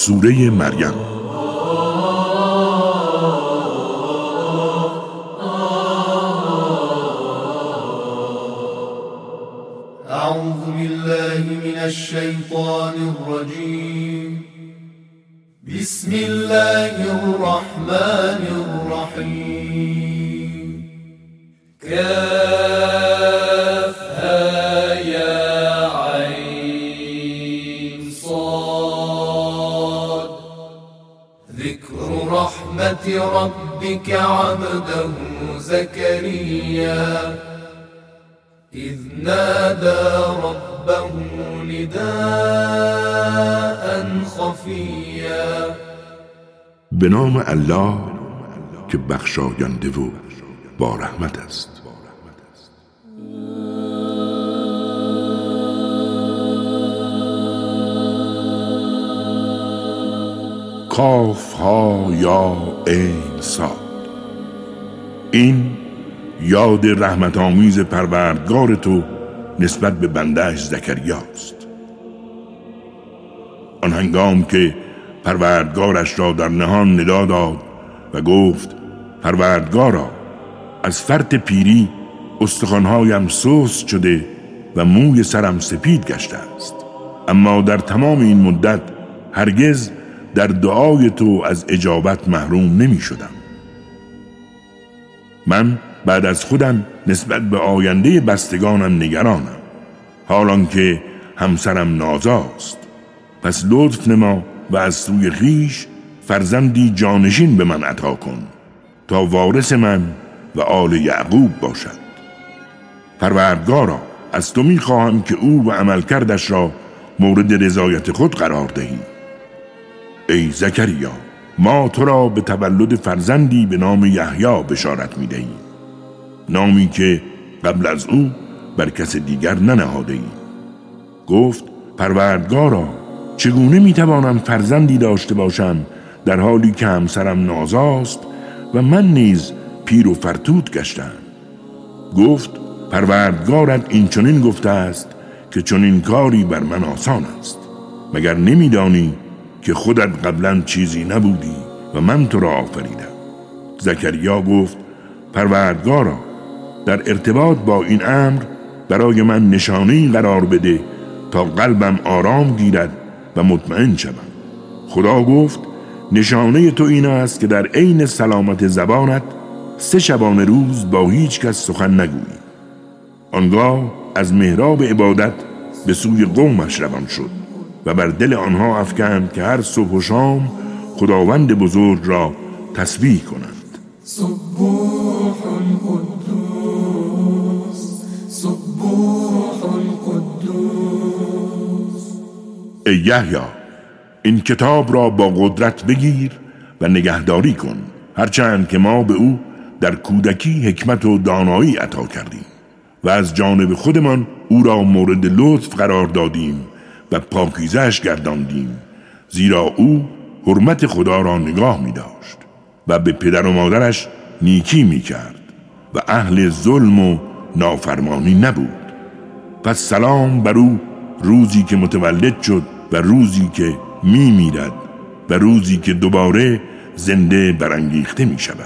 سوره مریم. اعوذ بالله من الشیطان الرجیم. بسم الله الرحمن الرحیم. كافها يا عين صاد. ذكر رحمة ربك عبده زكريا إذ نادى ربه نداء خفيا. به نام الله که بخشاینده و با رحمت است. کاف ها یا عین صاد. این یاد رحمت آمیز پروردگار تو نسبت به بندهش زکریاست. آن هنگام که پروردگارش را در نهان ندا داد و گفت پروردگارا، از فرط پیری استخوان‌هایم سست شده و موی سرم سپید گشته است، اما در تمام این مدت هرگز در دعای تو از اجابت محروم نمی شدم. من بعد از خودم نسبت به آینده بستگانم نگرانم، حالان که همسرم نازاست. پس لطف نما و از سوی خویش فرزندی جانشین به من عطا کن تا وارث من و آل یعقوب باشد. پروردگارا، از تو می‌خواهم که او و عملکردش را مورد رضایت خود قرار دهی. ای زکریا، ما تو را به تولد فرزندی به نام یحیی بشارت می‌دهیم، نامی که قبل از او بر کس دیگر ننهاده ای. گفت پروردگارا، چگونه میتوانم فرزندی داشته باشم در حالی که همسرم نازاست و من نیز پیر و فرتوت گشتم؟ گفت پروردگارت این چنین گفته است که چنین کاری بر من آسان است. مگر نمیدانی که خودت قبلا چیزی نبودی و من تو را آفریدم؟ زکریا گفت پروردگارا، در ارتباط با این امر برای من نشانه‌ای قرار بده تا قلبم آرام گیرد و مطمئن شوم. خدا گفت نشانه تو این است که در عین سلامت زبانت 3 شبانه روز با هیچ کس سخن نگویی. آنگاه از محراب عبادت به سوی قومش روان شد و بر دل آنها افکند که هر صبح و شام خداوند بزرگ را تسبیح کنند. سبوح قدوس سبوح قدوس. ای یحیی، این کتاب را با قدرت بگیر و نگهداری کن، هرچند که ما به او در کودکی حکمت و دانایی عطا کردیم و از جانب خودمان او را مورد لطف قرار دادیم و پاکیزه‌اش گرداندیم، زیرا او حرمت خدا را نگاه می داشت و به پدر و مادرش نیکی می کرد و اهل ظلم و نافرمانی نبود. پس سلام بر او روزی که متولد شد و روزی که می میرد و روزی که دوباره زنده برانگیخته می شود.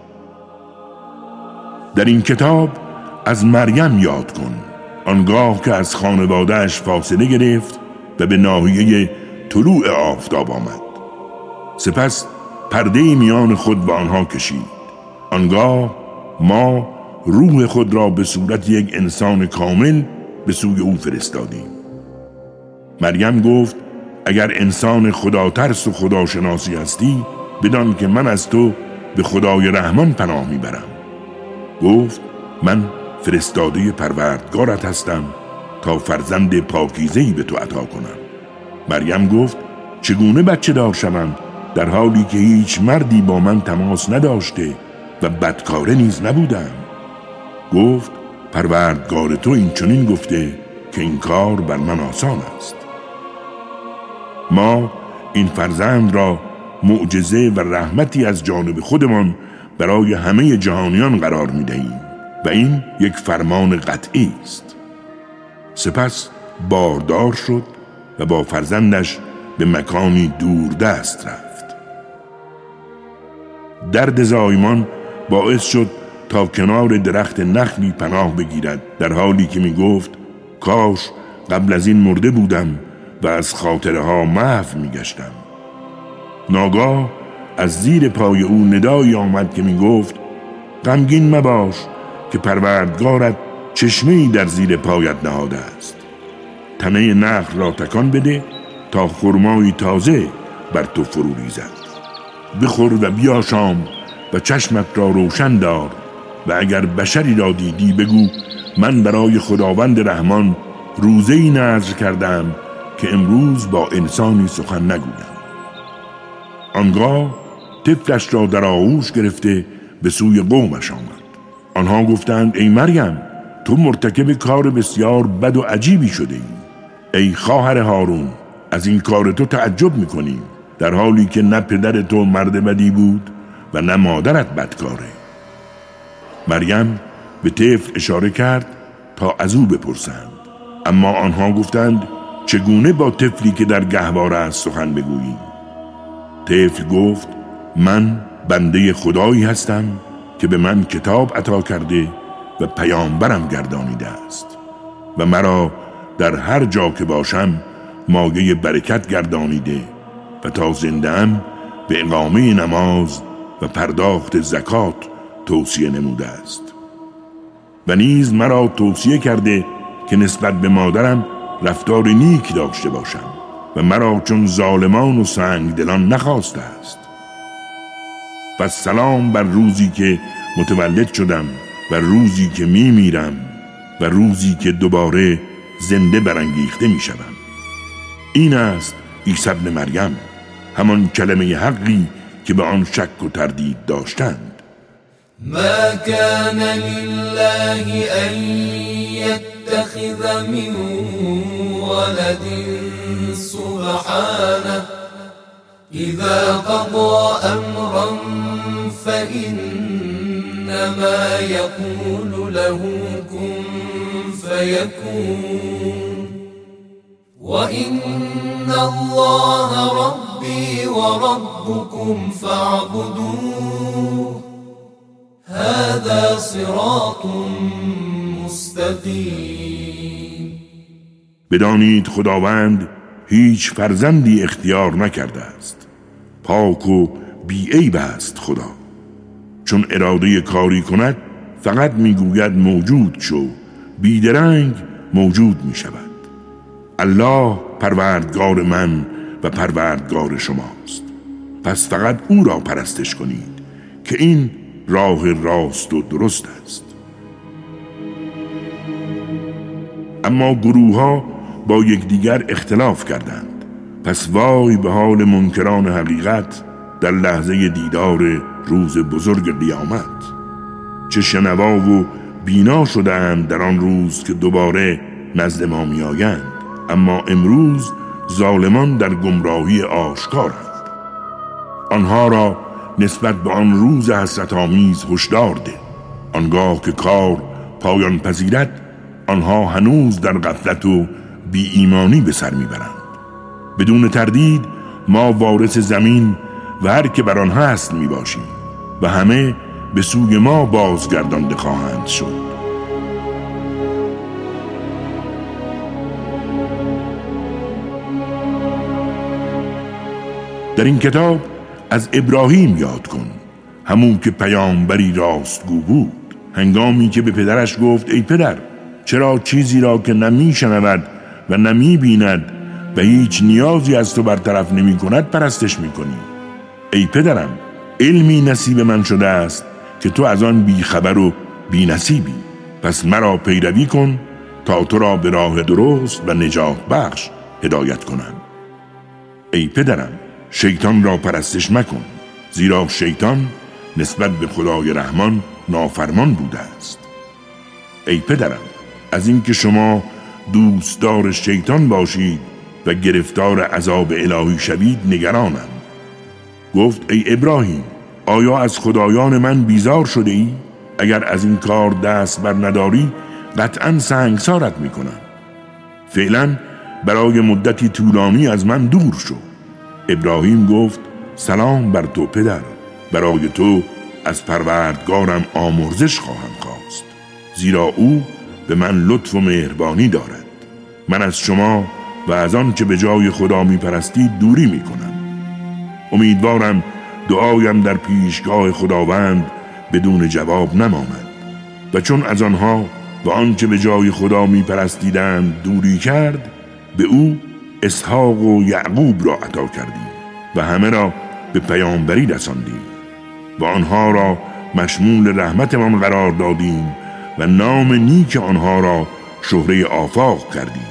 در این کتاب از مریم یاد کن، آنگاه که از خانواده‌اش فاصله گرفت و به ناحیه طلوع آفتاب آمد. سپس پرده میان خود و آنها کشید. آنگاه ما روح خود را به صورت یک انسان کامل به سوی او فرستادیم. مریم گفت اگر انسان خداترس و خداشناسی هستی، بدان که من از تو به خدای رحمان پناه میبرم. گفت من فرستاده پروردگارت هستم تا فرزند پاکیزه‌ای به تو عطا کنم. مریم گفت چگونه بچه دار شوم در حالی که هیچ مردی با من تماس نداشته و بدکاره نیز نبودم؟ گفت پروردگار تو این چنین گفته که این کار بر من آسان است. ما این فرزند را معجزه و رحمتی از جانب خودمان برای همه جهانیان قرار می‌دهیم و این یک فرمان قطعی است. سپس باردار شد و با فرزندش به مکانی دور دست رفت. درد زایمان باعث شد تا کنار درخت نخلی پناه بگیرد، در حالی که می گفت کاش قبل از این مرده بودم و از خاطره ها محو می گشتم. ناگاه از زیر پای او ندایی آمد که می گفت غمگین مباش که پروردگارت چشمه‌ای در زیر پایت نهاده است. تنه نخل را تکان بده تا خرمایی تازه بر تو فرو ریزد. بخور و بیاشام و چشمت را روشن دار و اگر بشری را دیدی بگو من برای خداوند رحمان روزه‌ای نذر کردم که امروز با انسانی سخن نگویم. آنگاه طفلش را در آغوش گرفته به سوی قومش آمد. آنها گفتند ای مریم تو مرتکب کار بسیار بد و عجیبی شده ای. ای خواهر هارون از این کار تو تعجب میکنیم، در حالی که نه پدر تو مرد بدی بود و نه مادرت بدکاره. مریم به طفل اشاره کرد تا از او بپرسند، اما آنها گفتند چگونه با طفلی که در گهواره است سخن بگوییم؟ طفل گفت من بنده خدایی هستم که به من کتاب عطا کرده و پیامبرم گردانیده است و مرا در هر جا که باشم مایه برکت گردانیده و تا زنده‌ام به اقامه نماز و پرداخت زکات توصیه نموده است و نیز مرا توصیه کرده که نسبت به مادرم رفتار نیک داشته باشم و مرا چون ظالمان و سنگدلان نخواسته است. پس سلام بر روزی که متولد شدم و روزی که میمیرم و روزی که دوباره زنده برانگیخته میشوم. این است عیسی ابن مریم، همان کلمه حقی که به آن شک و تردید داشتند. ما كان لله أن يتخذ من ولد سبحانه إذا قضى أمرا فإنما يقول له كن فيكون وإن الله ربي وربكم فاعبدوه هذا صراط مستقیم. بدانید خداوند هیچ فرزندی اختیار نکرده است. پاک و بی‌عیب است خدا. چون اراده کاری کند فقط میگوید موجود شو، بیدرنگ موجود می شود. الله پروردگار من و پروردگار شماست، پس فقط او را پرستش کنید که این راه راست و درست است. اما گروه ها با یکدیگر اختلاف کردند. پس وای به حال منکران حقیقت در لحظه دیدار روز بزرگ قیامت. چه شنوا و بینا شدند در آن روز که دوباره نزد ما می آیند. اما امروز ظالمان در گمراهی آشکارند. آنها را نسبت به آن روز حسرت‌آمیز هشدار ده. آنگاه که کار پایان پذیرد آنها هنوز در غفلت و بی ایمانی به سر میبرند. بدون تردید ما وارث زمین و هر که بر آن هست میباشیم و همه به سوی ما بازگردانده خواهند شد. در این کتاب از ابراهیم یاد کن، همون که پیامبری راستگو بود، هنگامی که به پدرش گفت ای پدر چرا چیزی را که نمی شنود و نمی بیند و هیچ نیازی از تو برطرف نمی کند پرستش می کنی؟ ای پدرم علمی نصیب من شده است که تو از آن بی خبر و بی نصیبی، پس مرا پیروی کن تا تو را به راه درست و نجات بخش هدایت کنم. ای پدرم شیطان را پرستش مکن، زیرا شیطان نسبت به خدای رحمان نافرمان بوده است. ای پدرم از اینکه شما دوستدار شیطان باشید و گرفتار عذاب الهی شوید نگرانم. گفت ای ابراهیم آیا از خدایان من بیزار شده ای؟ اگر از این کار دست بر نداری قطعا سنگسارت میکنم. فعلا برای مدتی طولانی از من دور شو. ابراهیم گفت سلام بر تو پدر، برای تو از پروردگارم آمرزش خواهم خواست، زیرا او به من لطف و مهربانی دارد. من از شما و از آن که به جای خدا می پرستید دوری می کنم. امیدوارم دعایم در پیشگاه خداوند بدون جواب نماند و چون از آنها و آن که به جای خدا می پرستیدند دوری کرد، به او اسحاق و یعقوب را عطا کردیم و همه را به پیامبری رساندیم و آنها را مشمول رحمتمان قرار دادیم و نام نیک آنها را شهره آفاق کردیم.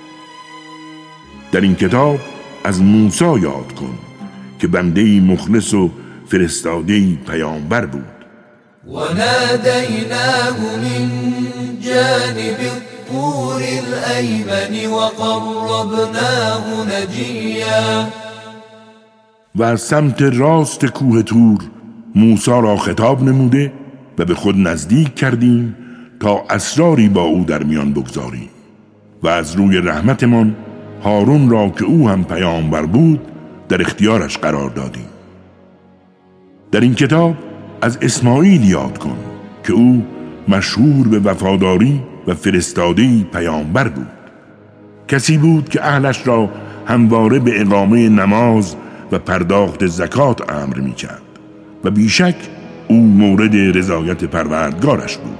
در این کتاب از موسی یاد کن که بنده‌ای مخلص و فرستاده‌ای پیامبر بود. و نادیناه من جانب الطور الایمن و قربناه نجیا. و از سمت راست کوه طور موسی را خطاب نموده و به خود نزدیک کردیم تا اسراری با او در میان بگذاریم و از روی رحمتمان هارون را که او هم پیامبر بود در اختیارش قرار دادیم. در این کتاب از اسماعیل یاد کن که او مشهور به وفاداری و فرستاده‌ای پیامبر بود. کسی بود که اهلش را همواره به اقامه نماز و پرداخت زکات امر می کرد و بیشک او مورد رضایت پروردگارش بود.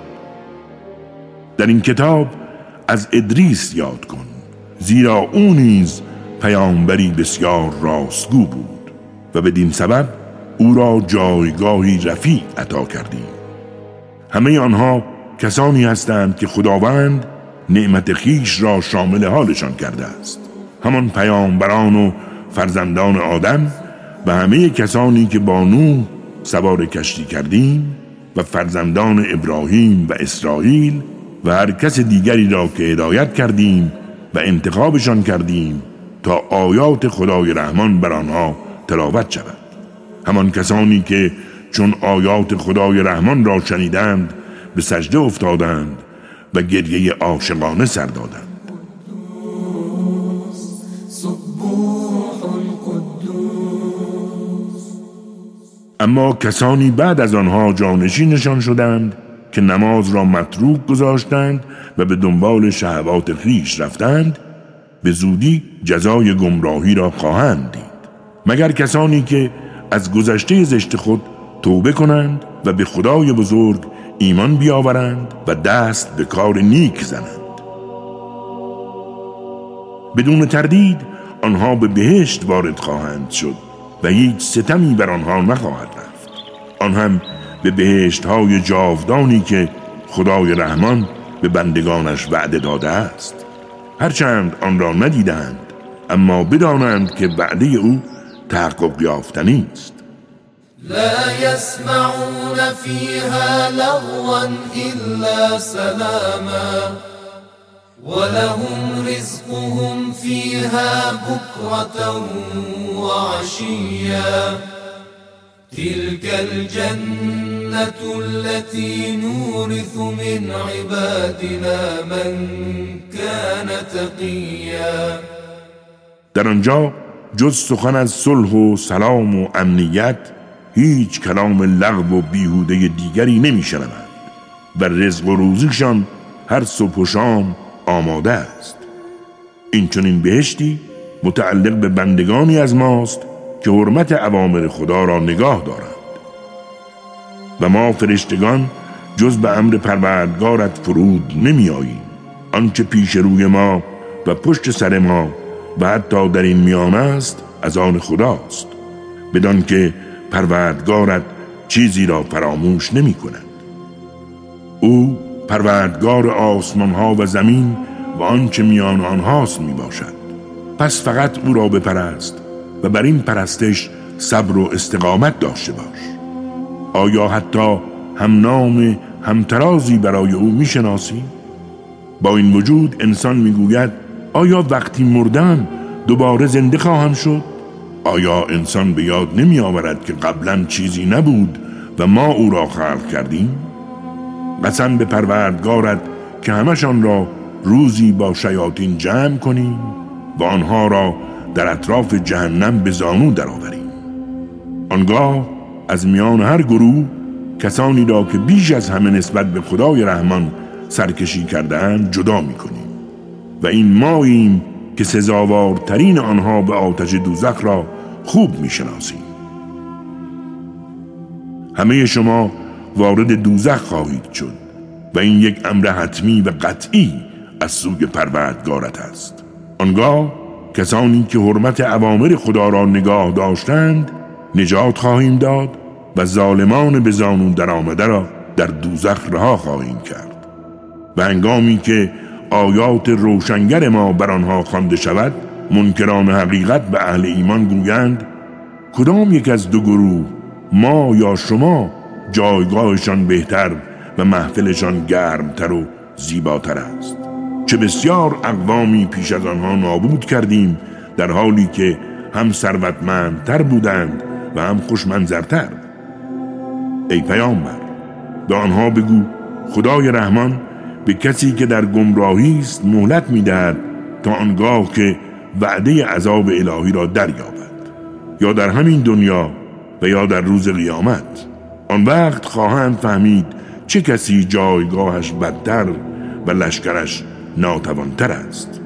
در این کتاب از ادریس یاد کن، زیرا او نیز پیامبری بسیار راستگو بود و بدین سبب او را جایگاهی رفیع عطا کردیم. همه آنها کسانی هستند که خداوند نعمت خویش را شامل حالشان کرده است، همان پیامبران و فرزندان آدم و همه کسانی که با نوح سوار کشتی کردیم و فرزندان ابراهیم و اسرائیل و هر کس دیگری را که هدایت کردیم و انتخابشان کردیم تا آیات خدای رحمان بر آنها تلاوت شود. همان کسانی که چون آیات خدای رحمان را شنیدند به سجده افتادند و گریه عاشقانه سر دادند. اما کسانی بعد از آنها جانشینشان شدند که نماز را متروک گذاشتند و به دنبال شهوات خویش رفتند، به زودی جزای گمراهی را خواهند دید، مگر کسانی که از گذشته زشت خود توبه کنند و به خدای بزرگ ایمان بیاورند و دست به کار نیک زنند. بدون تردید آنها به بهشت وارد خواهند شد و هیچ ستمی بر آنها نخواهد رفت، آن هم به بهشت‌های جاودانی که خدای رحمان به بندگانش وعده داده است، هرچند آن را ندیدند اما بدانند که وعده او تحقق یافتنی است. لا يسمعون فيها لغوا إلا سلاما ولهم رزقهم فيها بكرة وعشيا تلك الجنة التي نورث من عبادنا من كان تقيا. در آنجا جز سخن از صلح و سلام و امنیت هیچ کلام لغو و بیهوده دیگری نمی شنوند و رزق و روزیشان هر صبح و شام آماده است. این چنین بهشتی متعلق به بندگانی از ماست که حرمت اوامر خدا را نگاه دارند و ما فرشتگان جز به امر پروردگارت فرود نمی آییم. آنچه پیش روی ما و پشت سر ما و حتی در این میان است از آن خداست، بدان که پروردگارت چیزی را فراموش نمی کند. او پروردگار آسمان ها و زمین و آنچه میان آنهاست می باشد. پس فقط او را بپرست و بر این پرستش صبر و استقامت داشته باش. آیا حتی همنام همترازی برای او می شناسی؟ با این وجود انسان می گوید آیا وقتی مردم دوباره زنده خواهم شد؟ آیا انسان به یاد نمی آورد که قبلا چیزی نبود و ما او را خلق کردیم؟ قسم به پروردگارت که همشان را روزی با شیاطین جمع کنیم و آنها را در اطراف جهنم به زانو درآوریم. آنگاه از میان هر گروه کسانی را که بیش از همه نسبت به خدای رحمان سرکشی کرده‌اند جدا می‌کنیم و این ماییم که سزاوارترین آنها به آتش دوزخ را خوب می‌شناسیم. همه شما وارد دوزخ خواهید شد و این یک امر حتمی و قطعی از سوی پروردگارت است. آنگاه کسانی که حرمت اوامر خدا را نگاه داشتند نجات خواهیم داد و ظالمان به زانو در آمده را در دوزخ رها خواهیم کرد. و هنگامی که آیات روشنگر ما بر آنها خوانده شود، منکران حقیقت به اهل ایمان گویند کدام یک از دو گروه، ما یا شما، جایگاهشان بهتر و محفلشان گرمتر و زیباتر است؟ چه بسیار اقوامی پیش از آنها نابود کردیم در حالی که هم ثروتمندتر بودند و هم خوشمنظرتر. ای پیامبر، به آنها بگو خدای رحمان به کسی که در گمراهی است مهلت می‌دهد تا آنگاه که وعده عذاب الهی را دریابد، یا در همین دنیا و یا در روز قیامت. آن وقت خواهند فهمید چه کسی جایگاهش بدتر و لشکرش ناتوانتر است.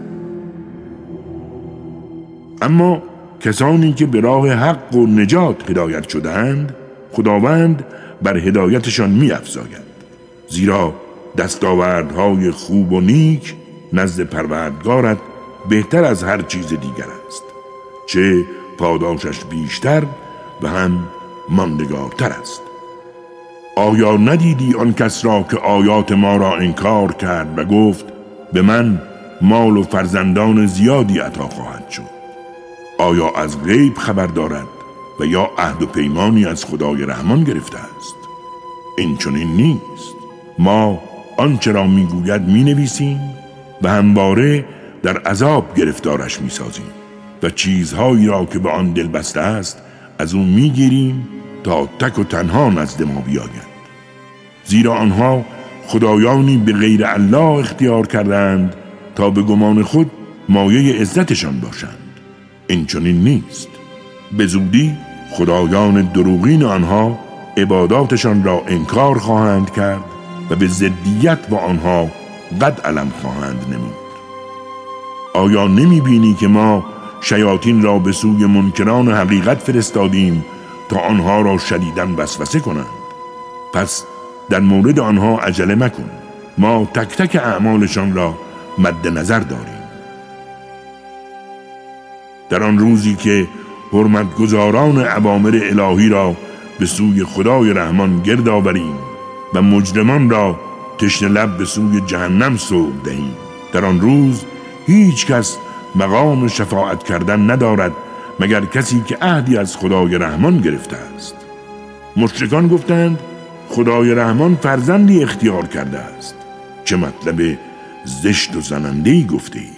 اما کسانی که به راه حق و نجات هدایت شدند، خداوند بر هدایتشان می‌افزاید، زیرا دستاوردهای خوب و نیک نزد پروردگارت بهتر از هر چیز دیگر است، چه پاداشش بیشتر و هم ماندگارتر است. آیا ندیدی آن کس را که آیات ما را انکار کرد و گفت به من مال و فرزندان زیادی عطا خواهد شد؟ آیا از غیب خبر دارد و یا عهد و پیمانی از خدای رحمان گرفته است؟ این چنین نیست. ما آنچه را میگوید مینویسیم و همواره در عذاب گرفتارش میسازیم و چیزهایی را که به آن دل بسته است از اون میگیریم تا تک و تنها نزد ما بیاید. زیرا آنها خدایانی به غیر الله اختیار کردند تا به گمان خود مایه عزتشان باشند. این چنین نیست. به زودی خدایان دروغین آنها عباداتشان را انکار خواهند کرد و به ضدیت با آنها قد علم خواهند نمود. آیا نمی بینی که ما شیاطین را به سوی منکران حقیقت فرستادیم تا آنها را شدیداً وسوسه کنند؟ پس در مورد آنها عجله مکن. ما تک تک اعمالشان را مد نظر داریم. در آن روزی که حرمتگزاران اوامر الهی را به سوی خدای رحمان گرد آوریم و مجرمان را تشنه لب به سوی جهنم سوق دهیم، در آن روز هیچ کس مقام شفاعت کردن ندارد مگر کسی که عهدی از خدای رحمان گرفته است. مشرکان گفتند خدای رحمان فرزندی اختیار کرده است. چه مطلب زشت و زننده‌ای گفته اید.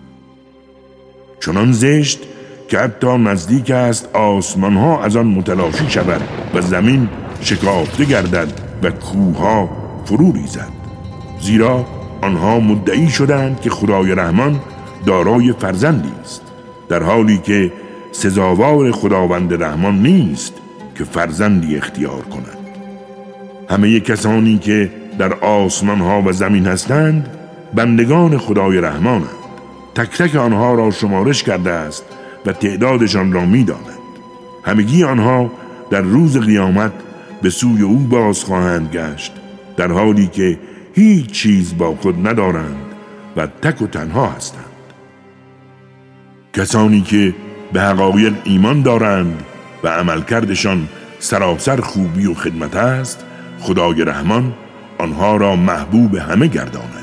چنان زشت که حتی نزدیک است آسمان ها از آن متلاشی شود و زمین شکافته گردد و کوهها فرو ریزد. زیرا آنها مدعی شدند که خدای رحمان دارای فرزندی است، در حالی که سزاوار خداوند رحمان نیست که فرزندی اختیار کند. همه کسانی که در آسمان ها و زمین هستند بندگان خدای رحمانند. تک تک آنها را شمارش کرده است و تعدادشان را می داند. همگی آنها در روز قیامت به سوی او باز خواهند گشت، در حالی که هیچ چیز با خود ندارند و تک و تنها هستند. کسانی که به حقایق ایمان دارند و عملکردشان سراسر خوبی و خدمت است، خدای رحمان آنها را محبوب همه گرداند.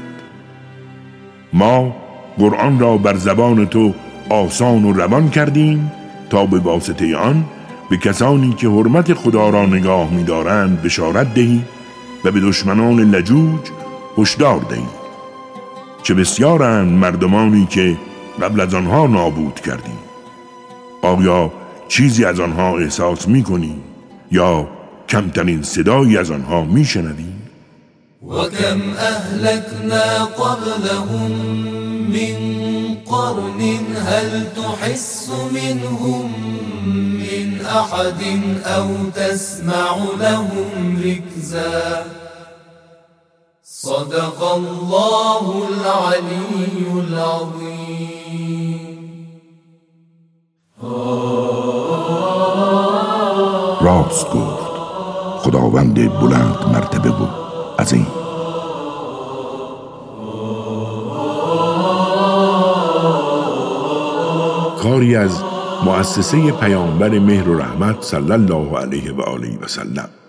ما قرآن را بر زبان تو آسان و روان کردیم تا به واسطه آن به کسانی که حرمت خدا را نگاه می دارند بشارت دهی و به دشمنان لجوج هشدار دهی. چه بسیارند مردمانی که قبل از آنها نابود کردیم. آیا چیزی از آنها احساس می کنی یا کمترین صدایی از آنها می شنوی؟ وكم أهلكنا قبلهم من قرن هل تحس منهم من أحد أو تسمع لهم ركزا صدق الله العلي العظيم. راست گفت خداوند بلند مرتبه و عظیم. کاری از مؤسسه پیامبر مهر و رحمت صلی الله علیه و آله و سلم.